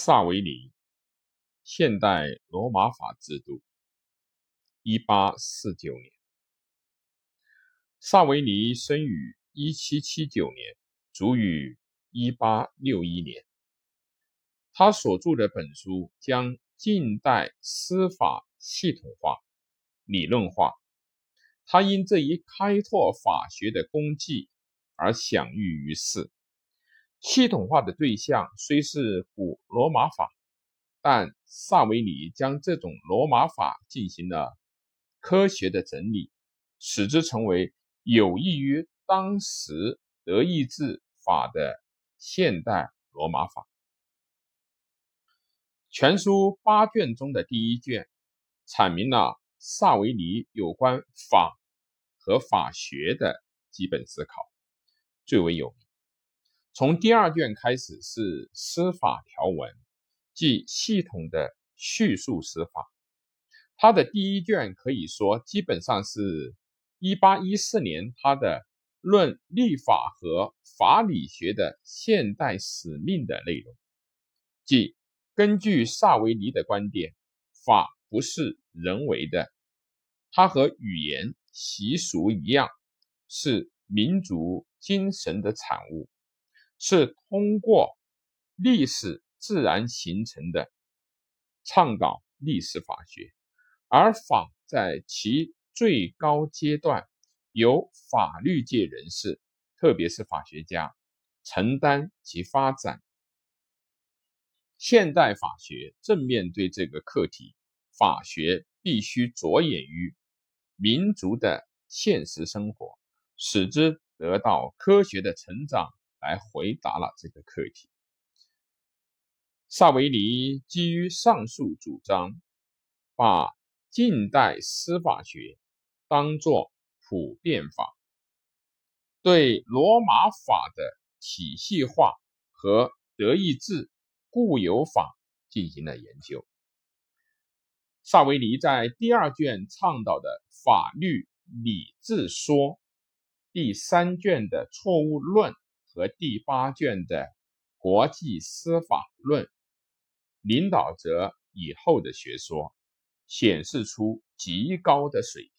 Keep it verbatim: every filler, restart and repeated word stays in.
萨维尼，现代罗马法制度，一八四九年。萨维尼生于一七七九年，卒于一八六一年。他所著的本书将近代司法系统化、理论化。他因这一开拓法学的功绩而享誉于世。系统化的对象虽是古罗马法，但萨维尼将这种罗马法进行了科学的整理，使之成为有益于当时德意志法的现代罗马法。全书八卷中的第一卷阐明了萨维尼有关法和法学的基本思考，最为有名。从第二卷开始是司法条文，即系统的叙述司法。他的第一卷可以说基本上是一八一四年他的论立法和法理学的现代使命的内容，即根据萨维尼的观点，法不是人为的，它和语言习俗一样，是民族精神的产物，是通过历史自然形成的，倡导历史法学。而法在其最高阶段由法律界人士，特别是法学家承担其发展。现代法学正面对这个课题，法学必须着眼于民族的现实生活，使之得到科学的成长，来回答了这个课题。萨维尼基于上述主张，把近代司法学当作普遍法，对罗马法的体系化和德意志固有法进行了研究。萨维尼在第二卷倡导的法律理智说，第三卷的错误论和第八卷的国际司法论领导着以后的学说，显示出极高的水